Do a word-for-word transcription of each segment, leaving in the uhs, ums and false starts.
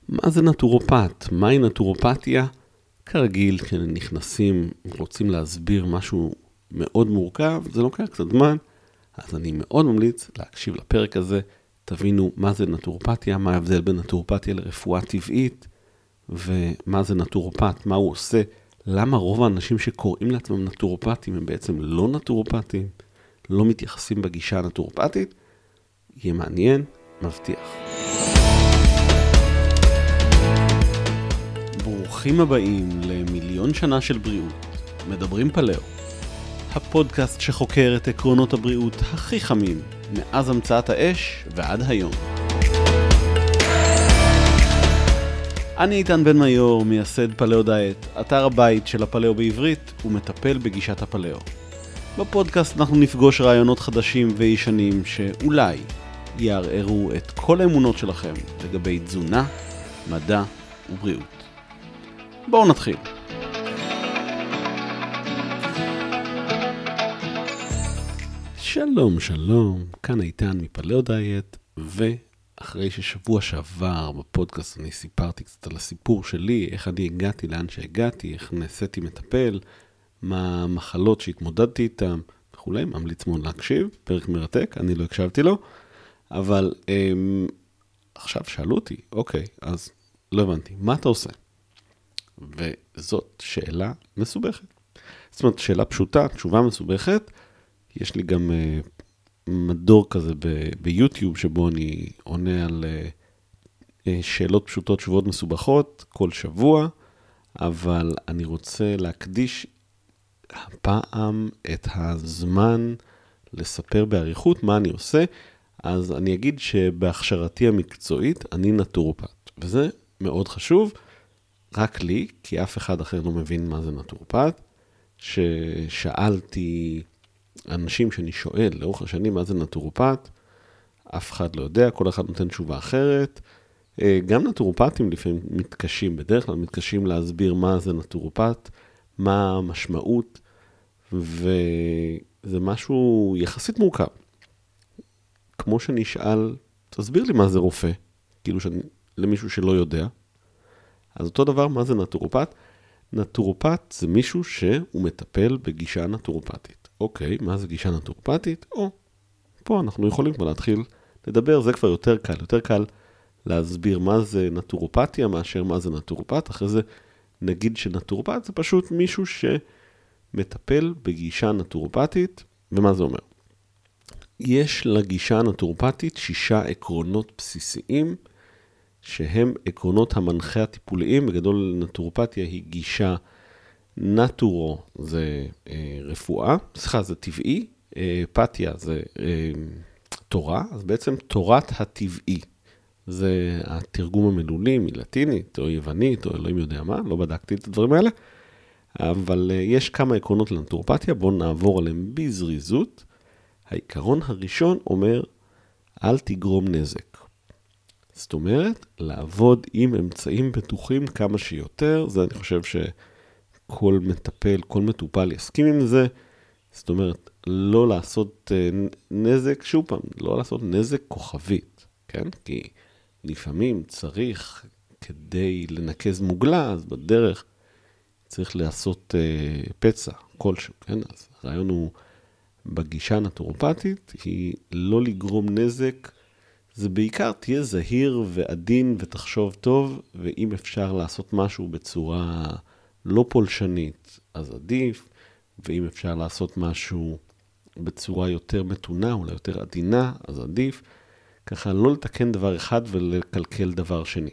מה זה נטורופת? מהי נטורופתיה? כרגיל, כשנכנסים, רוצים להסביר משהו מאוד מורכב, זה לוקח קצת זמן, אז אני מאוד ממליץ להקשיב לפרק הזה, תבינו מה זה נטורופתיה, מה ההבדל בין נטורופתיה לרפואה טבעית, ומה זה נטורופת, מה הוא עושה, למה רוב האנשים שקוראים לעצמם נטורופתים הם בעצם לא נטורופתים, לא מתייחסים בגישה הנטורופתית, יהיה מעניין, מבטיח. ברוכים הבאים למיליון שנה של בריאות, מדברים פלאו, הפודקאסט שחוקר את עקרונות הבריאות הכי חמים, מאז המצאת האש ועד היום. אני איתן בן מיור, מייסד פלאו דיאט, אתר הבית של הפלאו בעברית ומטפל בגישת הפלאו. בפודקאסט אנחנו נפגוש רעיונות חדשים וישנים שאולי יערערו את כל האמונות שלכם לגבי תזונה, מדע ובריאות. בואו נתחיל. שלום שלום, כאן איתן מפלאו דיאט, ואחרי ששבוע שעבר בפודקאסט אני סיפרתי קצת על הסיפור שלי, איך אני הגעתי לאן שהגעתי, איך נעשיתי מטפל, מה המחלות שהתמודדתי איתם וכולי, ממליץ מאוד להקשיב, פרק מרתק, אני לא הקשבתי לו, אבל אמ, עכשיו שאלו אותי, אוקיי, אז לא הבנתי, מה אתה עושה? וזאת שאלה מסובכת. זאת אומרת, שאלה פשוטה, תשובה מסובכת. יש לי גם uh, מדור כזה ב- ביוטיוב, שבו אני עונה על uh, שאלות פשוטות, תשובות מסובכות, כל שבוע, אבל אני רוצה להקדיש הפעם את הזמן לספר בעריכות מה אני עושה. אז אני אגיד שבהכשרתי המקצועית אני נטורופת, וזה מאוד חשוב. רק לי, כי אף אחד אחר לא מבין מה זה נטורופת, ששאלתי אנשים שאני שואל לאורך השנים מה זה נטורופת, אף אחד לא יודע, כל אחד נותן תשובה אחרת. גם נטורופתים לפעמים מתקשים, בדרך כלל מתקשים להסביר מה זה נטורופת, מה המשמעות, וזה משהו יחסית מורכב. כמו שנשאל, תסביר לי מה זה רופא, כאילו שאני, למישהו שלא יודע, אז אותו דבר, מה זה נטורופת? נטורופת זה מישהו שהוא מטפל בגישה נטורופתית. אוקיי, מה זה גישה נטורופתית? או, פה אנחנו יכולים כבר להתחיל לדבר, זה כבר יותר קל. יותר קל להסביר מה זה נטורופתיה מאשר מה זה נטורופת. אחרי זה נגיד שנטורופת זה פשוט מישהו שמטפל בגישה נטורופתית. ומה זה אומר? יש לגישה הנטורופתית שישה עקרונות בסיסיים, שהם עקרונות המנחה הטיפוליים. בגדול נטורופתיה היא גישה, נטורו זה אה, רפואה, סליחה זה טבעי, אה, פתיה זה אה, תורה, אז בעצם תורת הטבעי. זה התרגום המילולי מלטינית או יוונית או אלוהים יודע מה, לא בדקתי את הדברים האלה, אבל אה, יש כמה עקרונות לנטורופתיה, בואו נעבור עליהם בזריזות. העיקרון הראשון אומר, אל תגרום נזק. זאת אומרת, לעבוד עם אמצעים בטוחים כמה שיותר, זה אני חושב שכל מטפל, כל מטופל יסכים עם זה, זאת אומרת, לא לעשות נזק, שוב פעם, לא לעשות נזק כוכבית, כן? כי לפעמים צריך, כדי לנקז מוגלה, אז בדרך צריך לעשות פצע כלשהו, כן? אז הרעיון הוא, בגישה הנטורופתית, היא לא לגרום נזק, זה בעיקר תהיה זהיר ועדין ותחשוב טוב, ואם אפשר לעשות משהו בצורה לא פולשנית, אז עדיף, ואם אפשר לעשות משהו בצורה יותר מתונה, אולי יותר עדינה, אז עדיף, ככה לא לתקן דבר אחד ולקלקל דבר שני.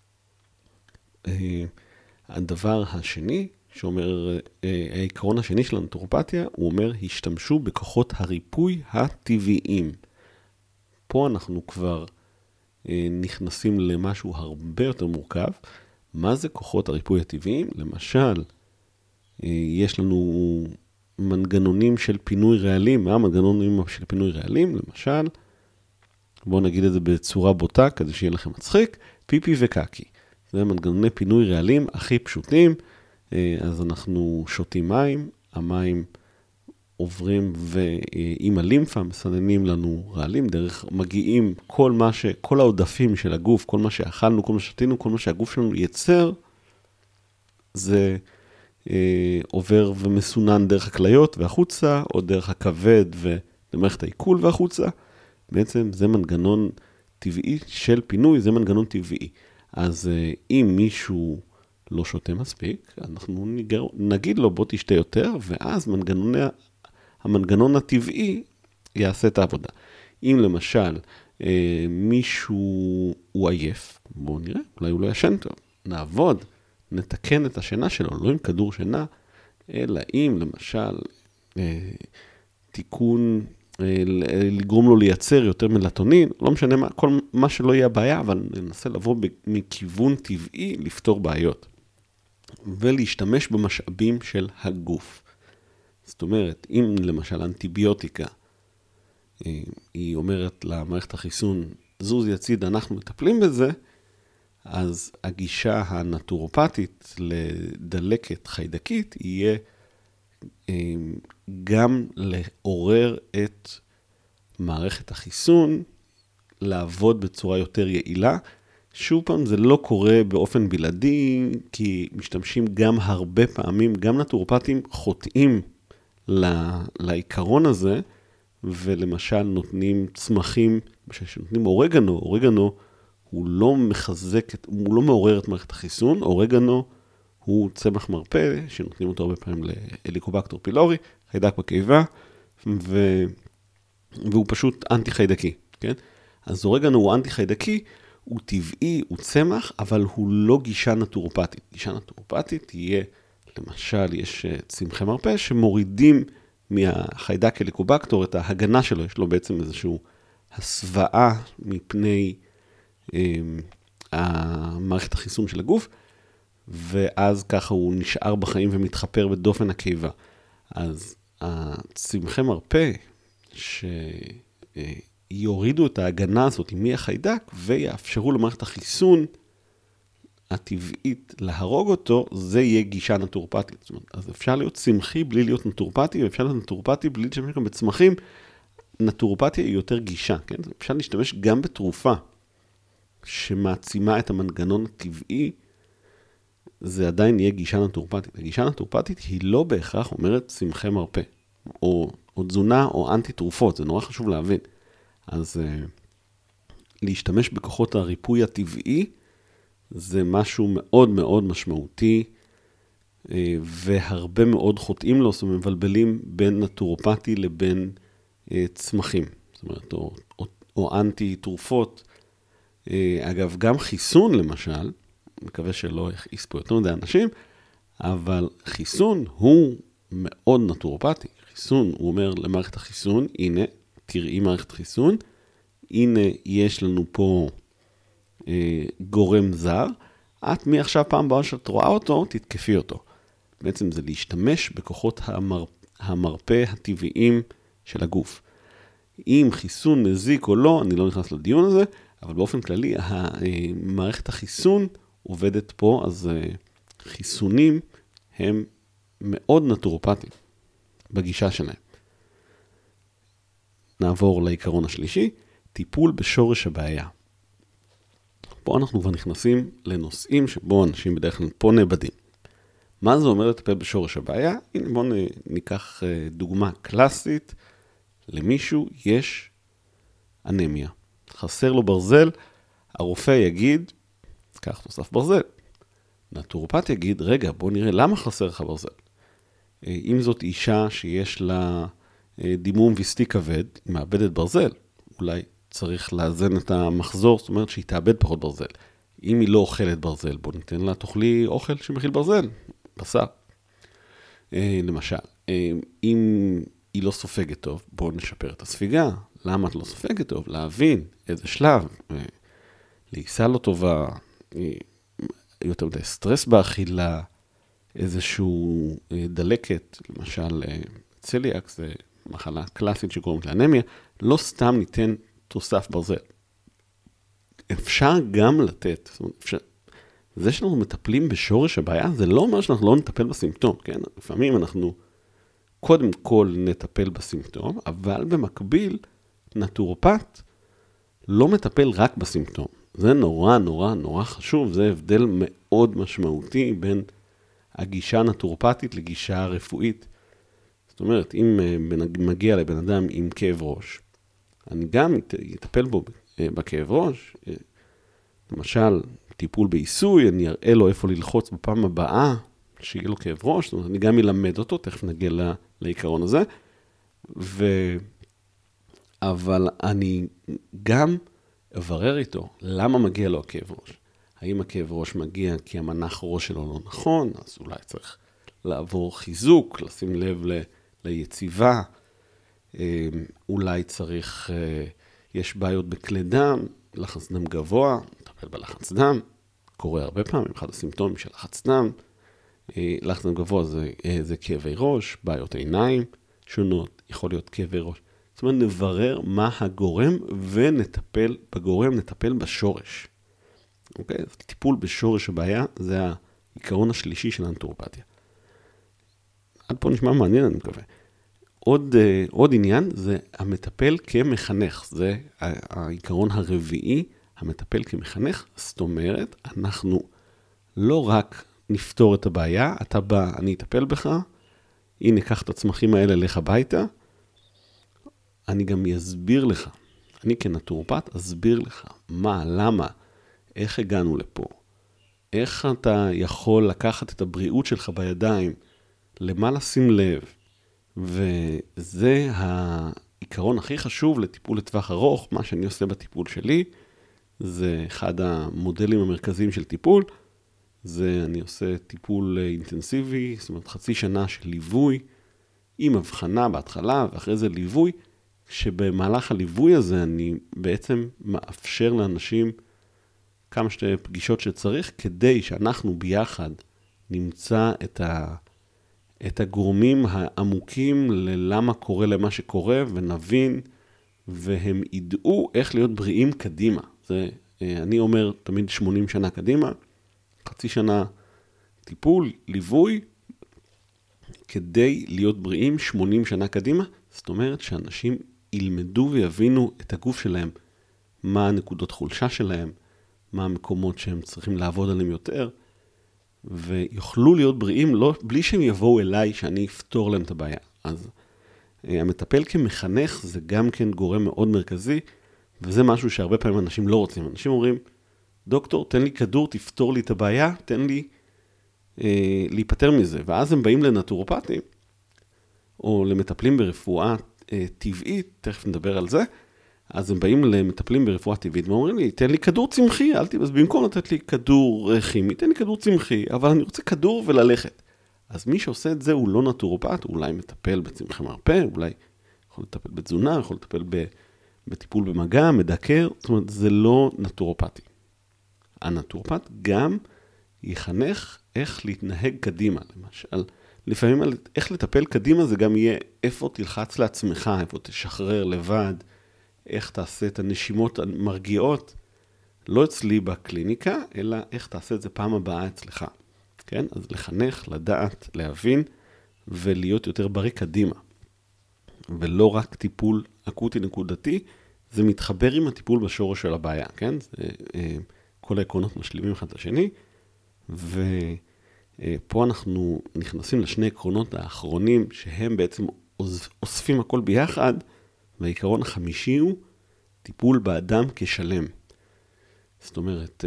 הדבר השני, שאומר, העיקרון השני של הנטורופתיה, הוא אומר, השתמשו בכוחות הריפוי הטבעיים. פה אנחנו כבר אה, נכנסים למשהו הרבה יותר מורכב. מה זה כוחות הריפוי הטבעיים? למשל, אה, יש לנו מנגנונים של פינוי רעלים. מה המנגנונים של פינוי רעלים? למשל, בואו נגיד את זה בצורה בוטה, כדי שיהיה לכם מצחיק, פיפי וקקי. זה מנגנוני פינוי רעלים הכי פשוטים. אה, אז אנחנו שותים מים, המים עוברים ועם הלימפה מסננים לנו רעלים, דרך מגיעים כל מה ש... כל העודפים של הגוף, כל מה שאכלנו, כל מה שתינו, כל מה שהגוף שלנו ייצר, זה אה, עובר ומסונן דרך הכליות והחוצה, או דרך הכבד ולמערכת העיכול והחוצה. בעצם זה מנגנון טבעי של פינוי, זה מנגנון טבעי. אז אה, אם מישהו לא שותה מספיק, אנחנו ניגר, נגיד לו בוא תשתה יותר, ואז מנגנוני, המנגנון הטבעי יעשה את העבודה. אם למשל אה, מישהו הוא עייף, בואו נראה, אולי הוא לא ישן טוב, נעבוד, נתקן את השינה שלו, לא עם כדור שינה, אלא אם למשל אה, תיקון, אה, לגרום לו לייצר יותר מלטונין, לא משנה מה, כל מה שלא יהיה הבעיה, אבל ננסה לבוא מכיוון טבעי לפתור בעיות. ולהשתמש במשאבים של הגוף. זאת אומרת, אם למשל אנטיביוטיקה, היא אומרת למערכת החיסון, זוז יציד, אנחנו מטפלים בזה, אז הגישה הנטורופטית לדלקת חיידקית יהיה גם לעורר את מערכת החיסון, לעבוד בצורה יותר יעילה. שוב פעם, זה לא קורה באופן בלעדי, כי משתמשים גם הרבה פעמים, גם נטורופטים חוטאים לעיקרון הזה, ולמשל נותנים צמחים, שנותנים אורגנו, אורגנו הוא לא מחזק, הוא לא מעורר את מערכת החיסון, אורגנו הוא צמח מרפא, שנותנים אותו הרבה פעמים להליקובקטר פילורי, חיידק בקיבה, ו... והוא פשוט אנטי חיידקי, כן? אז אורגנו הוא אנטי חיידקי, הוא טבעי, הוא צמח, אבל הוא לא גישה נטורופטית. גישה נטורופטית תהיה, למשל, יש צמחי מרפא שמורידים מהחיידק הליקובקטר את ההגנה שלו, יש לו בעצם איזושהי הסוואה מפני אה, המערכת החיסון של הגוף, ואז ככה הוא נשאר בחיים ומתחפר בדופן הקיבה. אז הצמחי מרפא ש... אה, יורידו את ההגנה הזאת עם מי החיידק, ויאפשרו למערכת החיסון הטבעית להרוג אותו, זה יהיה גישה נטורופטית. זאת אומרת, אז אפשר להיות צמחי בלי להיות נטורופטי, ואפשר להיות נטורופטי בלי להשתמש גם בצמחים. נטורופטיה היא יותר גישה, כן? אפשר להשתמש גם בתרופה, שמעצימה את המנגנון הטבעי, זה עדיין יהיה גישה נטורופטית. הגישה נטורופטית היא לא בהכרח אומרת צמחי מרפא, או, או תזונה או אנטי תרופות, זה נורא חשוב להבין. אז uh, להשתמש בכוחות הריפוי הטבעי, זה משהו מאוד מאוד משמעותי, uh, והרבה מאוד חוטאים לו, זאת אומרת, מבלבלים בין נטורופטי לבין uh, צמחים, זאת אומרת, או, או, או אנטי תרופות. Uh, אגב, גם חיסון למשל, מקווה שלא יכעיס פה יותר מדי אנשים, אבל חיסון הוא מאוד נטורופטי. חיסון, הוא אומר למערכת החיסון, הנה, תראי מערכת חיסון, הנה יש לנו פה אה, גורם זר, את מעכשיו פעם בעוד שאת רואה אותו, תתקפי אותו. בעצם זה להשתמש בכוחות המר, המרפא הטבעיים של הגוף. אם חיסון מזיק או לא, אני לא נכנס לדיון הזה, אבל באופן כללי, מערכת החיסון עובדת פה, אז אה, חיסונים הם מאוד נטורופטיים בגישה שלהם. נעבור לעיקרון השלישי, טיפול בשורש הבעיה. פה אנחנו כבר נכנסים לנושאים שבו אנשים בדרך כלל פה נאבדים. מה זה אומר לטפל בשורש הבעיה? הנה בואו ניקח דוגמה קלאסית. למישהו יש אנמיה. חסר לו ברזל, הרופא יגיד, קח תוסף ברזל. נטורופט יגיד, רגע בואו נראה למה חסר לך ברזל. אם זאת אישה שיש לה דימום ויסטי כבד, היא מאבדת ברזל, אולי צריך לאזן את המחזור, זאת אומרת שהיא תאבד פחות ברזל. אם היא לא אוכלת ברזל, בוא ניתן לה, תאכלי אוכל שמכיל ברזל, בשר. למשל, אם היא לא סופגת טוב, בוא נשפר את הספיגה. למה את לא סופגת טוב? להבין איזה שלב, להיסה לא טובה, יותר מדי סטרס באכילה, איזשהו דלקת, למשל צליאק, זה מחלה קלאסית שקוראים לאנמיה, לא סתם ניתן תוסף ברזל. אפשר גם לתת, זאת אומרת, אפשר, זה שאנחנו מטפלים בשורש הבעיה, זה לא אומר שאנחנו לא נטפל בסימפטום, כן? לפעמים אנחנו קודם כל נטפל בסימפטום, אבל במקביל, נטורופט לא מטפל רק בסימפטום. זה נורא נורא נורא חשוב, זה הבדל מאוד משמעותי בין הגישה הנטורופטית לגישה הרפואית. זאת אומרת, אם מגיע לבן אדם עם כאב ראש, אני גם אטפל בו בכאב ראש, למשל, טיפול בעיסוי, אני אראה לו איפה ללחוץ בפעם הבאה, שיהיה לו כאב ראש, זאת אומרת, אני גם אלמד אותו, תכף נגיע לה, לעיקרון הזה, ו... אבל אני גם אברר איתו, למה מגיע לו הכאב ראש? האם הכאב ראש מגיע כי המנח ראש שלו לא נכון, אז אולי צריך לעבור חיזוק, לשים לב ל... ליציבה, אולי צריך, יש בעיות בכלי דם, לחץ דם גבוה, נטפל בלחץ דם, קורה הרבה פעמים, אחד הסימפטומים של לחץ דם, לחץ דם גבוה זה, זה כאבי ראש, בעיות עיניים שונות, יכול להיות כאבי ראש. זאת אומרת, נברר מה הגורם ונטפל בגורם, נטפל בשורש. אוקיי? אז טיפול בשורש הבעיה זה העיקרון השלישי של הנטורופתיה. עד פה נשמע מעניין, אני מקווה. עוד, עוד עניין זה המטפל כמחנך, זה העיקרון הרביעי, המטפל כמחנך, זאת אומרת, אנחנו לא רק נפתור את הבעיה, אתה בא, אני אטפל בך, הנה, קח את הצמחים האלה לך הביתה, אני גם אסביר לך, אני כנטורופט אסביר לך מה, למה, איך הגענו לפה, איך אתה יכול לקחת את הבריאות שלך בידיים, למה לשים לב, וזה העיקרון הכי חשוב לטיפול לטווח ארוך, מה שאני עושה בטיפול שלי, זה אחד המודלים המרכזיים של טיפול, זה אני עושה טיפול אינטנסיבי, זאת אומרת חצי שנה של ליווי, עם הבחנה בהתחלה, ואחרי זה ליווי, שבמהלך הליווי הזה אני בעצם מאפשר לאנשים כמה שתי פגישות שצריך, כדי שאנחנו ביחד נמצא את ה... את הגורמים העמוקים ללמה קורה למה שקורה, ונבין, והם ידעו איך להיות בריאים קדימה. זה, אני אומר תמיד שמונים שנה קדימה, חצי שנה טיפול, ליווי, כדי להיות בריאים שמונים שנה קדימה. זאת אומרת שאנשים ילמדו ויבינו את הגוף שלהם, מה הנקודות חולשה שלהם, מה המקומות שהם צריכים לעבוד עליהם יותר, ויוכלו להיות בריאים לא, בלי שהם יבואו אליי שאני אפתור להם את הבעיה. אז המטפל כמחנך זה גם כן גורם מאוד מרכזי, וזה משהו שהרבה פעמים אנשים לא רוצים. אנשים אומרים, דוקטור, תן לי כדור, תפתור לי את הבעיה, תן לי אה, להיפטר מזה. ואז הם באים לנטורופטים, או למטפלים ברפואה אה, טבעית, תכף נדבר על זה, אז הם באים למטפלים ברפואה טבעית, ואומרים לי, תן לי כדור צמחי, אל תבאז, במקום לתת לי כדור כימי, תן לי כדור צמחי, אבל אני רוצה כדור וללכת. אז מי שעושה את זה הוא לא נטורופט, הוא אולי מטפל בצמחי מרפא, אולי יכול לטפל בתזונה, יכול לטפל בטיפול במגע, מדקר, זאת אומרת, זה לא נטורופטי. הנטורופט גם יחנך איך להתנהג קדימה, למשל, לפעמים איך לטפל קדימה זה גם יהיה איפה תלחץ לעצמך, איפה תשחרר לבד, איך תעשה את הנשימות המרגיעות, לא אצלי בקליניקה, אלא איך תעשה את זה פעם הבאה אצלך. כן? אז לחנך, לדעת, להבין, ולהיות יותר בריא קדימה. ולא רק טיפול אקוטי נקודתי, זה מתחבר עם הטיפול בשורש של הבעיה, כן? זה, כל העקרונות משלימים אחד את השני, ופה אנחנו נכנסים לשני עקרונות האחרונים, שהם בעצם אוספים הכל ביחד, והעיקרון החמישי הוא טיפול באדם כשלם. זאת אומרת,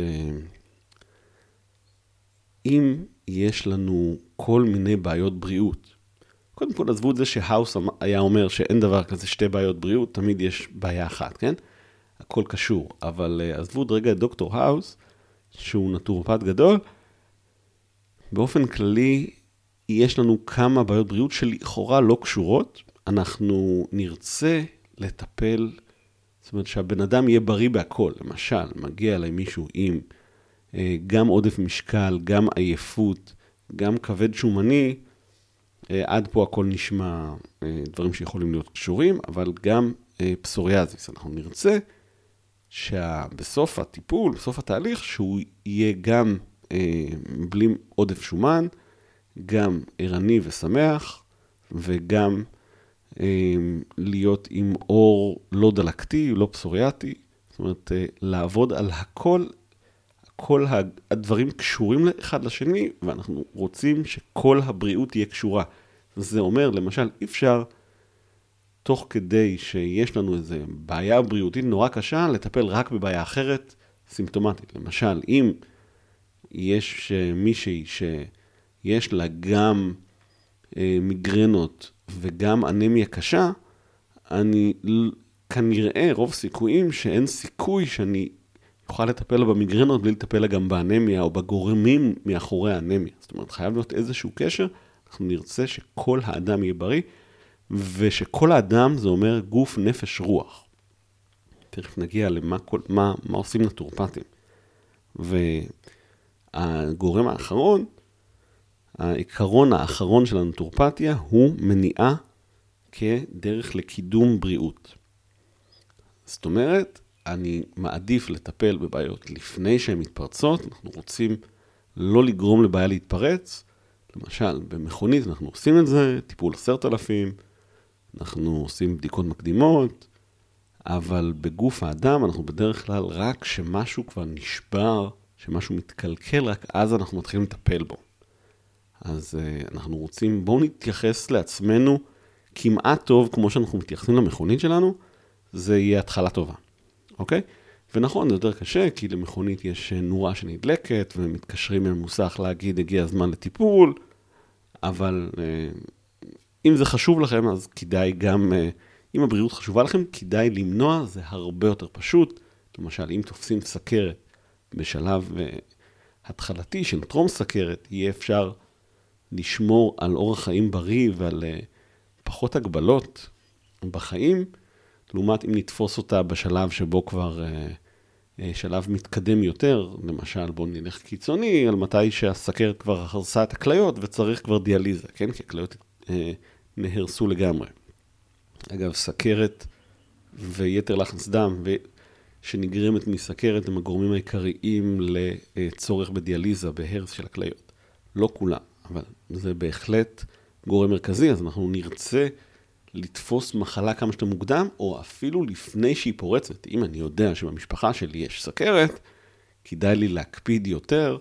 אם יש לנו כל מיני בעיות בריאות, קודם כל עזבו את זה שהאוס היה אומר שאין דבר כזה שתי בעיות בריאות, תמיד יש בעיה אחת, כן? הכל קשור, אבל עזבו את רגע את דוקטור האוס, שהוא נטורופט גדול, באופן כללי יש לנו כמה בעיות בריאות שלכאורה לא קשורות, אנחנו נרצה לטפל, זאת אומרת שהבן אדם יהיה בריא בהכל. למשל, מגיע אליי מישהו עם אה, גם עודף משקל, גם עייפות, גם כבד שומני, אה, עד פה הכל נשמע אה, דברים שיכולים להיות קשורים, אבל גם אה, פסוריאזיס. אנחנו נרצה שבסוף הטיפול, בסוף התהליך, שהוא יהיה גם אה, בלי עודף שומן, גם ערני ושמח, וגם אה, להיות עם אור לא דלקתי, לא פסוריאטי, זאת אומרת, אה, לעבוד על הכל, כל הדברים קשורים לאחד לשני, ואנחנו רוצים שכל הבריאות תהיה קשורה. זה אומר, למשל, אי אפשר, תוך כדי שיש לנו איזו בעיה בריאותית נורא קשה, לטפל רק בבעיה אחרת סימפטומטית. למשל, אם יש מישהי שיש לה גם אה, מיגרנות וגם אנמיה קשה, אני כנראה רוב סיכויים שאין סיכוי שאני יוכל לטפל לה במיגרנות בלי לטפל לה גם באנמיה או בגורמים מאחורי האנמיה. זאת אומרת, חייב להיות איזשהו קשר, אנחנו נרצה שכל האדם יהיה בריא, ושכל האדם זה אומר גוף, נפש, רוח. תכף נגיע למה כל, מה, מה עושים נטורופטים. והגורם האחרון, העיקרון האחרון של הנטורופתיה הוא מניעה כדרך לקידום בריאות. זאת אומרת, אני מעדיף לטפל בבעיות לפני שהן מתפרצות, אנחנו רוצים לא לגרום לבעיה להתפרץ, למשל, במכונית אנחנו עושים את זה, טיפול עשרת אלפים, אנחנו עושים בדיקות מקדימות, אבל בגוף האדם אנחנו בדרך כלל רק שמשהו כבר נשבר, שמשהו מתקלקל, רק אז אנחנו מתחילים לטפל בו. אז uh, אנחנו רוצים, בואו נתייחס לעצמנו כמעט טוב, כמו שאנחנו מתייחסים למכונית שלנו, זה יהיה התחלה טובה, אוקיי? ונכון, זה יותר קשה, כי למכונית יש נורה שנדלקת, ומתקשרים עם מוסך להגיד, הגיע הזמן לטיפול, אבל uh, אם זה חשוב לכם, אז כדאי גם, uh, אם הבריאות חשובה לכם, כדאי למנוע, זה הרבה יותר פשוט. למשל, אם תופסים סכרת בשלב uh, התחלתי של טרום סכרת, יהיה אפשר לשמור על אורח חיים בריא ועל uh, פחות הגבלות בחיים, לעומת אם נתפוס אותה בשלב שבו כבר uh, uh, שלב מתקדם יותר, למשל בוא נלך קיצוני, על מתי שהסכרת כבר הרסה את הכליות וצריך כבר דיאליזה, כן? כי הכליות uh, נהרסו לגמרי. אגב, סכרת ויתר לחץ דם שנגרמת מסכרת הם הגורמים העיקריים לצורך בדיאליזה, בהרס של הכליות. לא כולם, אבל זה בהחלט גורם מרכזי, אז אנחנו נרצה לתפוס מחלה כמה שאתה מוקדם, או אפילו לפני שהיא פורצת. אם אני יודע שבמשפחה שלי יש סכרת, כדאי לי להקפיד יותר,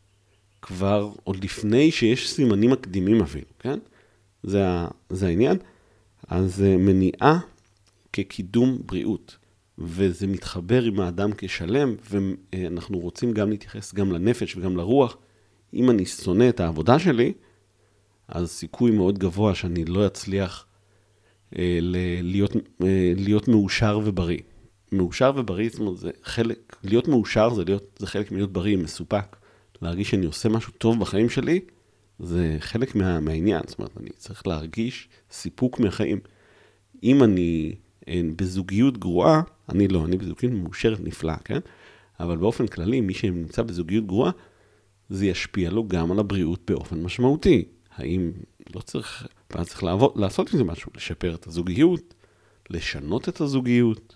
כבר עוד לפני שיש סימנים מקדימים אפילו, כן? זה, זה העניין. אז מניעה כקידום בריאות, וזה מתחבר עם האדם כשלם, ואנחנו רוצים גם להתייחס גם לנפש וגם לרוח. אם אני שונא את העבודה שלי, אז סיכוי מאוד גבוה שאני לא אצליח אה, להיות, אה, להיות מאושר ובריא. מאושר ובריא, זאת אומרת, זה חלק, להיות מאושר זה, להיות, זה חלק מלהיות בריא, מסופק. להרגיש שאני עושה משהו טוב בחיים שלי, זה חלק מה, מהעניין. זאת אומרת, אני צריך להרגיש סיפוק מהחיים. אם אני בזוגיות גרועה, אני לא, אני בזוגיות מאושרת נפלאה, כן? אבל באופן כללי, מי שנמצא בזוגיות גרועה, זה ישפיע לו גם על הבריאות באופן משמעותי. האם לא צריך, ואז צריך לעבוד, לעשות עם זה משהו, לשפר את הזוגיות, לשנות את הזוגיות,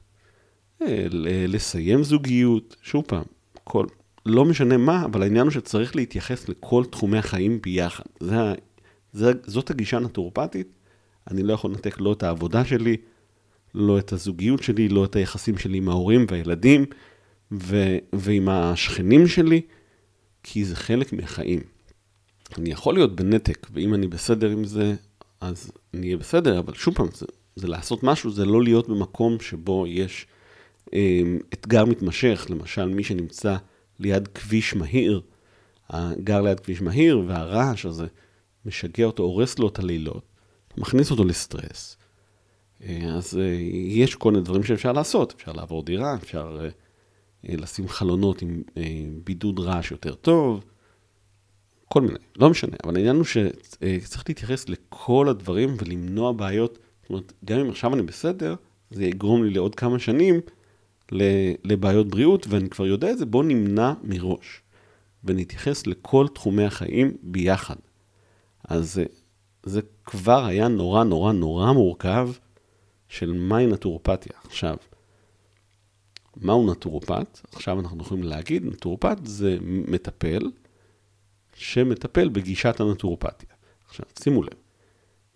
לסיים זוגיות, שוב פעם, כל, לא משנה מה, אבל העניין הוא שצריך להתייחס לכל תחומי החיים ביחד. זה, זה, זאת הגישה הנטורופטית, אני לא יכול לנתק לא את העבודה שלי, לא את הזוגיות שלי, לא את היחסים שלי עם ההורים והילדים, ו, ועם השכנים שלי, כי זה חלק מהחיים. אני יכול להיות בנתק, ואם אני בסדר עם זה, אז אני אהיה בסדר, אבל שוב פעם, זה, זה לעשות משהו, זה לא להיות במקום שבו יש אה, אתגר מתמשך, למשל מי שנמצא ליד כביש מהיר, גר ליד כביש מהיר, והרעש הזה משגע אותו, הורס לו את הלילות, מכניס אותו לסטרס. אז יש כל מיני דברים שאפשר לעשות, אפשר לעבור דירה, אפשר לשים חלונות עם בידוד רעש יותר טוב, כל מיני, לא משנה, אבל העניין הוא שצריך להתייחס לכל הדברים ולמנוע בעיות, זאת אומרת, גם אם עכשיו אני בסדר, זה יגרום לי לעוד כמה שנים לבעיות בריאות, ואני כבר יודע את זה, בוא נמנע מראש, ונתייחס לכל תחומי החיים ביחד. אז זה כבר היה נורא נורא נורא מורכב של מהי נטורופתיה. עכשיו, מהו נטורופת? עכשיו אנחנו יכולים להגיד, נטורופת זה מטפל שמטפל בגישת הנטורופתיה. עכשיו, שימו לב,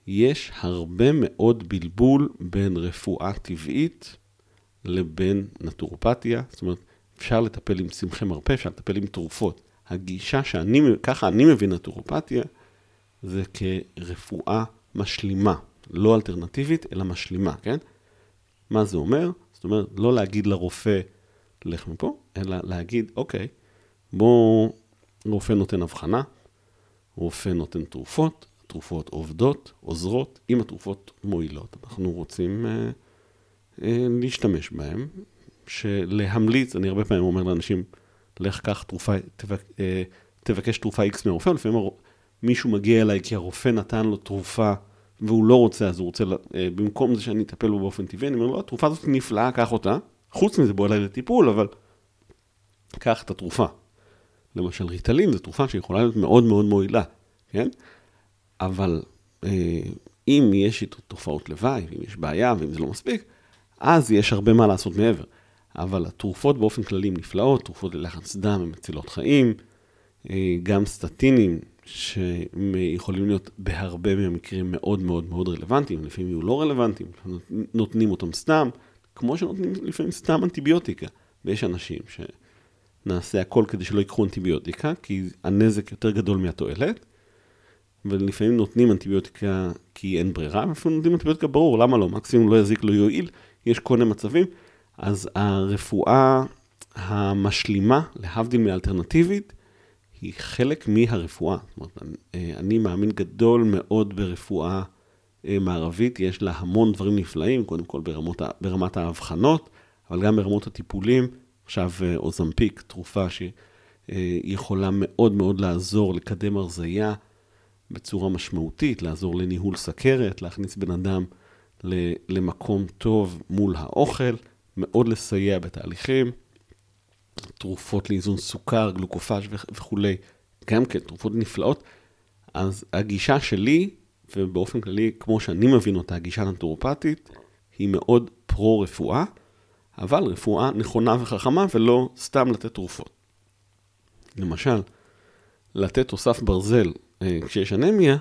יש הרבה מאוד בלבול בין רפואה טבעית לבין נטורופתיה. זאת אומרת, אפשר לטפל עם צמחי מרפא, אפשר לטפל עם תרופות. הגישה שאני, ככה אני מבין נטורופתיה, זה כרפואה משלימה, לא אלטרנטיבית, אלא משלימה, כן? מה זה אומר? זאת אומרת, לא להגיד לרופא, לך מפה, אלא להגיד, אוקיי, בוא, רופא נותן הבחנה, רופא נותן תרופות, תרופות עובדות, עוזרות, אם התרופות מועילות, אנחנו רוצים אה, אה, להשתמש בהן, שלהמליץ, אני הרבה פעמים אומר לאנשים, לך כך תרופה, תבק, אה, תבקש תרופה X מהרופא, לפעמים הר... מישהו מגיע אליי כי הרופא נתן לו תרופה, והוא לא רוצה, אז הוא רוצה, אה, במקום זה שאני אטפל בו באופן טבעי, אני אומר לו, התרופה הזאת נפלאה, קח אותה, חוץ מזה בוא אליי לטיפול, אבל קח את התרופה. למשל ריטלין, זו תרופה שיכולה להיות מאוד מאוד מועילה, כן? אבל אה, אם יש איתו תופעות לוואי, ואם יש בעיה, ואם זה לא מספיק, אז יש הרבה מה לעשות מעבר. אבל התרופות באופן כללי נפלאות, תרופות ללחץ דם, הן מצילות חיים, אה, גם סטטינים, שיכולים להיות בהרבה מהמקרים מאוד מאוד מאוד רלוונטיים, לפעמים יהיו לא רלוונטיים, נותנים אותם סתם, כמו שנותנים לפעמים סתם אנטיביוטיקה. ויש אנשים שנעשה הכל כדי שלא ייקחו אנטיביוטיקה, כי הנזק יותר גדול מהתועלת, ולפעמים נותנים אנטיביוטיקה כי אין ברירה, ואפילו נותנים אנטיביוטיקה ברור, למה לא? מקסימום לא יזיק, לא יועיל, יש כל מיני מצבים. אז הרפואה המשלימה, להבדיל מאלטרנטיבית, היא חלק מהרפואה. זאת אומרת, אני מאמין גדול מאוד ברפואה מערבית, יש לה המון דברים נפלאים, קודם כל ברמות, ברמת ההבחנות, אבל גם ברמות הטיפולים. עכשיו אוזמפיק, תרופה שיכולה מאוד מאוד לעזור לקדם הרזייה בצורה משמעותית, לעזור לניהול סכרת, להכניס בן אדם למקום טוב מול האוכל, מאוד לסייע בתהליכים, תרופות לאיזון סוכר, גלוקופאז' וכו', גם כן, תרופות נפלאות. אז הגישה שלי, ובאופן כללי, כמו שאני מבין אותה, הגישה הנטורופתית, היא מאוד פרו-רפואה, אבל רפואה נכונה וחכמה, ולא סתם לתת תרופות. למשל, לתת תוסף ברזל כשיש אנמיה,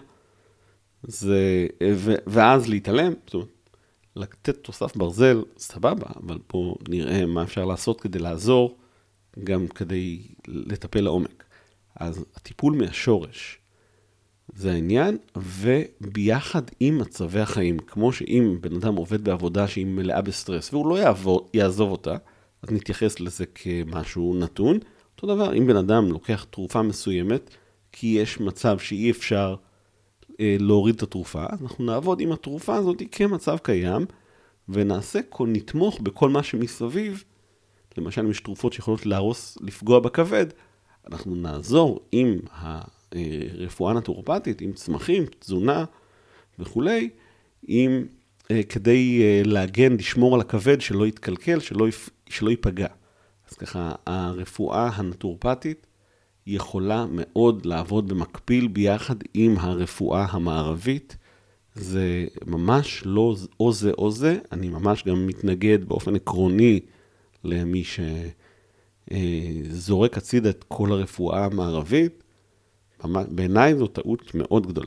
זה, ו, ואז להתעלם, זאת אומרת, לתת תוסף ברזל, סבבה, אבל פה נראה מה אפשר לעשות כדי לעזור, גם כדי לטפל לעומק. אז הטיפול מהשורש, זה העניין, וביחד עם מצבי החיים, כמו שאם בן אדם עובד בעבודה שהיא מלאה בסטרס, והוא לא יעבור, יעזוב אותה, אז נתייחס לזה כמשהו נתון. אותו דבר, אם בן אדם לוקח תרופה מסוימת, כי יש מצב שאי אפשר אה, להוריד את התרופה, אז אנחנו נעבוד עם התרופה הזאת כמצב קיים, ונעשה, נתמוך בכל מה שמסביב. למשל, אם יש תרופות שיכולות להרוס, לפגוע בכבד, אנחנו נעזור עם הרפואה הנטורופתית, עם צמחים, תזונה וכו', עם, אה, כדי אה, להגן, לשמור על הכבד, שלא יתקלקל, שלא, יפ, שלא ייפגע. אז ככה, הרפואה הנטורופתית יכולה מאוד לעבוד במקביל ביחד עם הרפואה המערבית. זה ממש לא או זה או זה, אני ממש גם מתנגד באופן עקרוני למי שזורק הצידה את כל הרפואה המערבית. בעיניי זו טעות מאוד גדולה.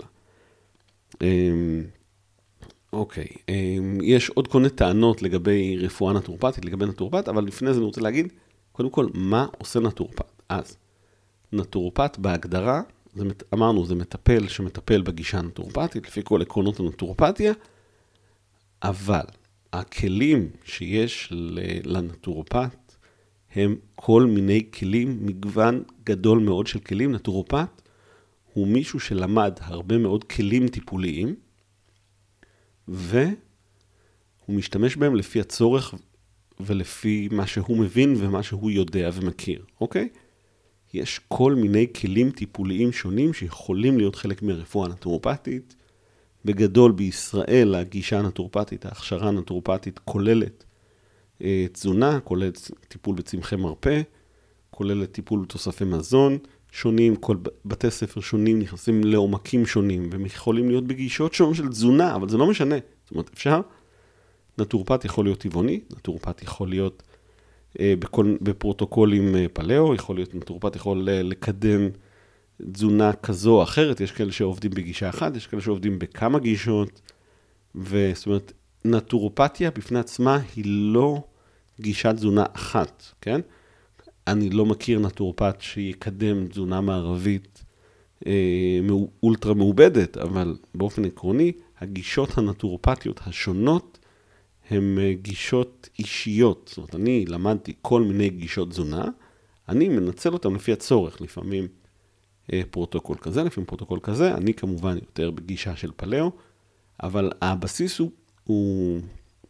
אוקיי, יש עוד כל מיני טענות לגבי רפואה נטורופתית, לגבי נטורופת, אבל לפני זה אני רוצה להגיד, קודם כל, מה עושה נטורופת? אז, נטורופת בהגדרה, זה, אמרנו, זה מטפל שמטפל בגישה הנטורופתית, לפי כל עקרונות הנטורופתיה, אבל הכלים שיש לנטורופת, הם כל מיני כלים, מגוון גדול מאוד של כלים. נטורופת הוא מישהו שלמד הרבה מאוד כלים טיפוליים, והוא משתמש בהם לפי הצורך ולפי מה שהוא מבין ומה שהוא יודע ומכיר, אוקיי? יש כל מיני כלים טיפוליים שונים שיכולים להיות חלק מהרפואה הנטורופתית. בגדול בישראל הגישה הנטורופתית, ההכשרה הנטורופתית כוללת אה, תזונה, כוללת טיפול בצמחי מרפא, כוללת טיפול תוספי מזון שונים, כל בתי ספר שונים נכנסים לעומקים שונים, והם יכולים להיות בגישות שונות של תזונה, אבל זה לא משנה. זאת אומרת, אפשר, נטורופת יכול להיות טבעוני, נטורופת יכול להיות אה, בכל, בפרוטוקולים אה, פלאו, יכול להיות, נטורופת יכול לקדם תזונה כזו או אחרת, יש כאלה שעובדים בגישה אחת, יש כאלה שעובדים בכמה גישות, וזאת אומרת, נטורופתיה בפני עצמה היא לא גישת תזונה אחת, כן? אני לא מכיר נטורופת שיקדם תזונה מערבית אה, אולטרה מעובדת, אבל באופן עקרוני, הגישות הנטורופתיות השונות הן גישות אישיות. זאת אומרת, אני למדתי כל מיני גישות תזונה, אני מנצל אותם לפי הצורך, לפעמים אה, פרוטוקול כזה, לפעמים פרוטוקול כזה, אני כמובן יותר בגישה של פלאו, אבל הבסיס הוא, הוא,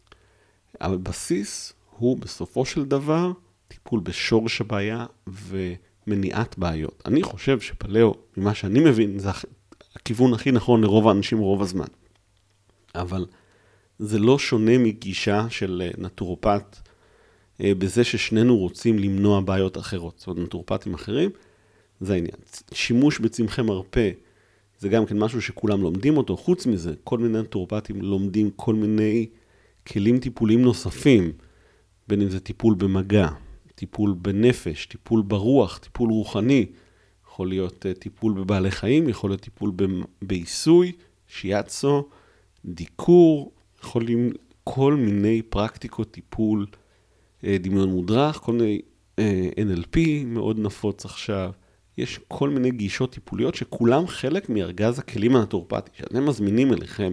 הבסיס הוא בסופו של דבר טיפול בשורש הבעיה ומניעת בעיות. אני חושב שפלאו, ממה שאני מבין, זה הכיוון הכי נכון לרוב האנשים רוב הזמן. אבל זה לא שונה מגישה של נטורופת בזה ששנינו רוצים למנוע בעיות אחרות. זאת אומרת, נטורופטים אחרים, זה העניין. שימוש בצמחי מרפא, זה גם כן משהו שכולם לומדים אותו. חוץ מזה, כל מיני נטורופטים לומדים כל מיני כלים טיפוליים נוספים, בין אם זה טיפול במגע, טיפול בנפש, טיפול ברוח, טיפול רוחני, יכול להיות טיפול בבעלי חיים, יכול להיות טיפול בעיסוי, שיאצו, דיקור, יכולים כל מיני פרקטיקות טיפול, דמיון מודרך, כל מיני אן אל פי מאוד נפוץ עכשיו. יש כל מיני גישות טיפוליות שכולם חלק מארגז הכלים הנטורופטי, שאתם מזמינים אליכם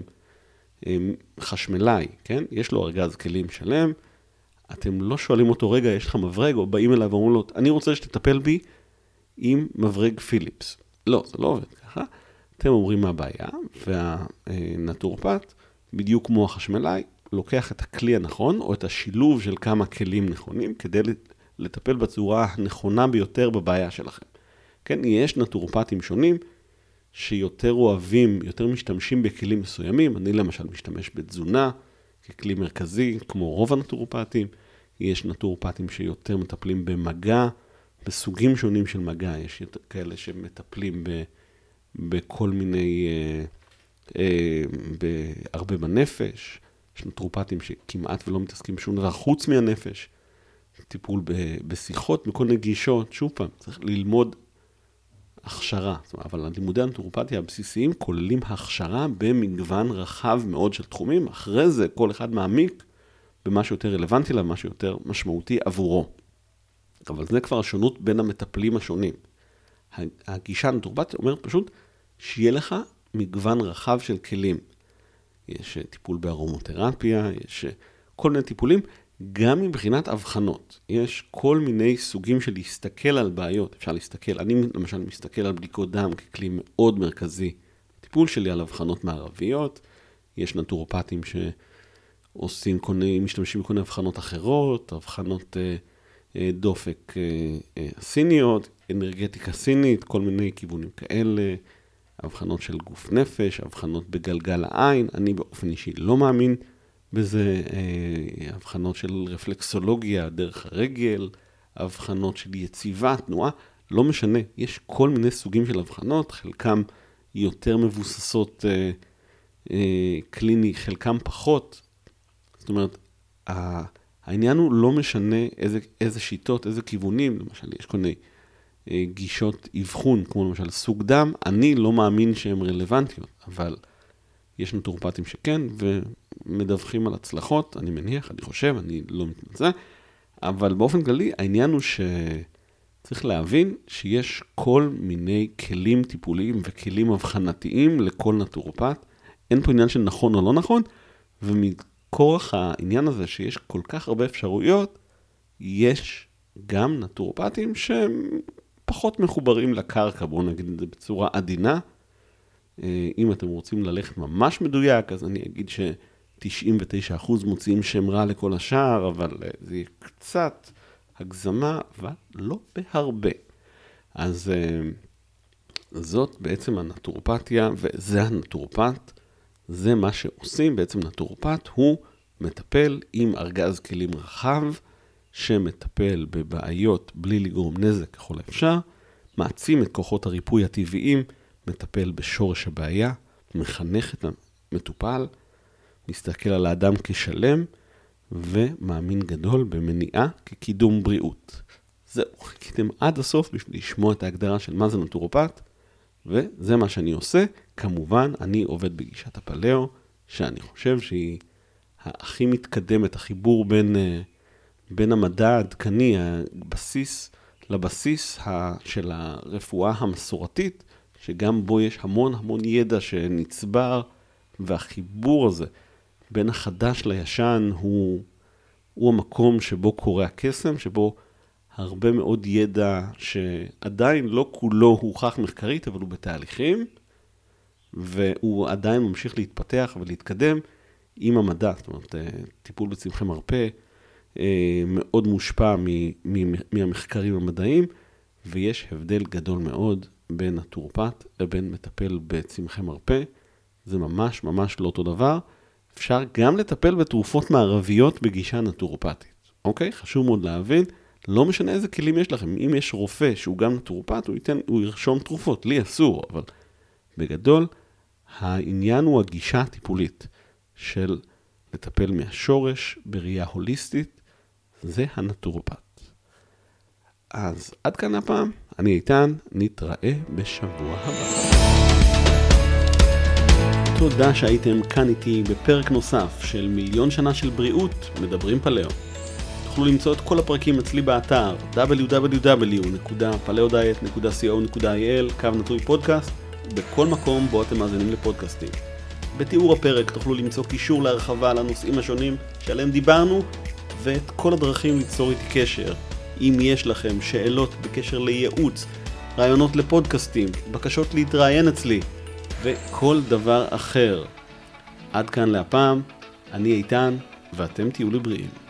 חשמלאי, כן? יש לו ארגז כלים שלם, אתם לא שואלים אותו, רגע, יש לך מברג, או באים אליו ואומרים לו, אני רוצה שתטפל בי עם מברג פיליפס. לא, זה לא עובד ככה. אתם אומרים מה הבעיה, והנטורופט, בדיוק כמו החשמלאי, לוקח את הכלי הנכון, או את השילוב של כמה כלים נכונים, כדי לטפל בצורה הנכונה ביותר בבעיה שלכם. כן, יש נטורופטים שונים, שיותר אוהבים, יותר משתמשים בכלים מסוימים. אני למשל משתמש בתזונה, ככלי מרכזי, כמו רוב הנטורופטים. יש נטורופטים שיותר מטפלים במגע, בסוגים שונים של מגע. יש כאלה שמטפלים ב, בכל מיני, אה, אה, בהרבה בנפש. יש נטורופטים שכמעט ולא מתעסקים שום דבר חוץ מהנפש. טיפול ב, בשיחות, בכל מיני גישות. שוב פעם, צריך ללמוד הכשרה. זאת אומרת, אבל לימודי הנטורופתיה הבסיסיים כוללים הכשרה במגוון רחב מאוד של תחומים. אחרי זה כל אחד מעמיק במה שיותר רלוונטי לה, במה שיותר משמעותי עבורו. אבל זה כבר השונות בין המטפלים השונים. הגישה הנטורופתית אומרת פשוט שיהיה לך מגוון רחב של כלים. יש טיפול בארומותרפיה, יש כל מיני טיפולים, גם מבחינת הבחנות. יש כל מיני סוגים של להסתכל על בעיות. אפשר להסתכל, אני למשל מסתכל על בדיקות דם ככלי מאוד מרכזי. טיפול שלי על הבחנות מערביות. יש נטורופטים שעושים קוני, משתמשים בכל מיני הבחנות אחרות, הבחנות אה, אה, דופק אה, אה, סיניות, אנרגטיקה סינית, כל מיני כיוונים כאלה. הבחנות של גוף נפש, הבחנות בגלגל העין. אני באופן אישי לא מאמין בזה, אה, הבחנות של רפלקסולוגיה דרך הרגל, הבחנות של יציבה, תנועה, לא משנה. יש כל מיני סוגים של הבחנות, חלקם יותר מבוססות אה, אה, קליני, חלקם פחות. זאת אומרת, העניין הוא לא משנה איזה, איזה שיטות, איזה כיוונים, למשל יש כל מיני אה, גישות אבחון, כמו למשל סוג דם, אני לא מאמין שהן רלוונטיות, אבל יש נטורופטים שכן, ומדווחים על הצלחות, אני מניח, אני חושב, אני לא מתמצא, אבל באופן כללי, העניין הוא שצריך להבין שיש כל מיני כלים טיפוליים וכלים הבחנתיים לכל נטורופט. אין פה עניין של נכון או לא נכון, ומכורח העניין הזה שיש כל כך הרבה אפשרויות, יש גם נטורופטים שהם פחות מחוברים לקרקע, בואו נגיד את זה בצורה עדינה. אם אתם רוצים ללכת ממש מדויק, אז אני אגיד ש-תשעים ותשעה אחוז מוציאים שם רע לכל השאר, אבל זה יהיה קצת הגזמה, אבל לא בהרבה. אז זאת בעצם הנטורופתיה, וזה הנטורופט, זה מה שעושים. בעצם נטורופט הוא מטפל עם ארגז כלים רחב, שמטפל בבעיות בלי לגרום נזק ככל האפשר, מעצים את כוחות הריפוי הטבעיים, מטפל בשורש הבעיה, מחנך את המטופל, מסתכל על האדם כשלם, ומאמין גדול במניעה כקידום בריאות. זהו, חיכיתם עד הסוף בשביל לשמוע את ההגדרה של מה זה נטורופט. וזה מה שאני עושה. כמובן, אני עובד בגישת הפלאו, שאני חושב שהיא הכי מתקדמת, החיבור בין, בין המדע העדכני, הבסיס לבסיס של הרפואה המסורתית, שגם בו יש המון המון ידע שנצבר, והחיבור הזה בין החדש לישן הוא, הוא המקום שבו קורה הקסם, שבו הרבה מאוד ידע שעדיין לא כולו הוכח מחקרית, אבל הוא בתהליכים, והוא עדיין ממשיך להתפתח ולהתקדם עם המדע. זאת אומרת, טיפול בצמחי מרפא מאוד מושפע מהמחקרים המדעיים, ויש הבדל גדול מאוד בין נטורופט לבין מטפל בצמחי מרפא. זה ממש ממש לא אותו דבר. אפשר גם לטפל בתרופות מערביות בגישה נטורופטית. אוקיי? חשוב מאוד להבין, לא משנה איזה כלים יש לכם. אם יש רופא שהוא גם נטורופט, הוא ייתן, הוא ירשום תרופות. לי אסור, אבל בגדול, העניין הוא הגישה הטיפולית של לטפל מהשורש בראייה הוליסטית, זה הנטורופט. אז עד כאן הפעם, אני איתן, נתראה בשבוע הבא. תודה שהייתם כאן איתי בפרק נוסף של מיליון שנה של בריאות, מדברים פלאו. תוכלו למצוא את כל הפרקים אצלי באתר דאבליו דאבליו דאבליו נקודה פלאודיאט נקודה סי או נקודה איי אל, קו נטוי פודקאסט, בכל מקום בו אתם מאזינים לפודקאסטים. בתיאור הפרק תוכלו למצוא קישור להרחבה על הנושאים השונים שעליהם דיברנו, ואת כל הדרכים ליצור איתי קשר. אם יש לכם שאלות בקשר לייעוץ, רעיונות לפודקאסטים, בקשות להתראיין אצלי, וכל דבר אחר. עד כאן להפעם, אני איתן, ואתם תהיו לבריאים.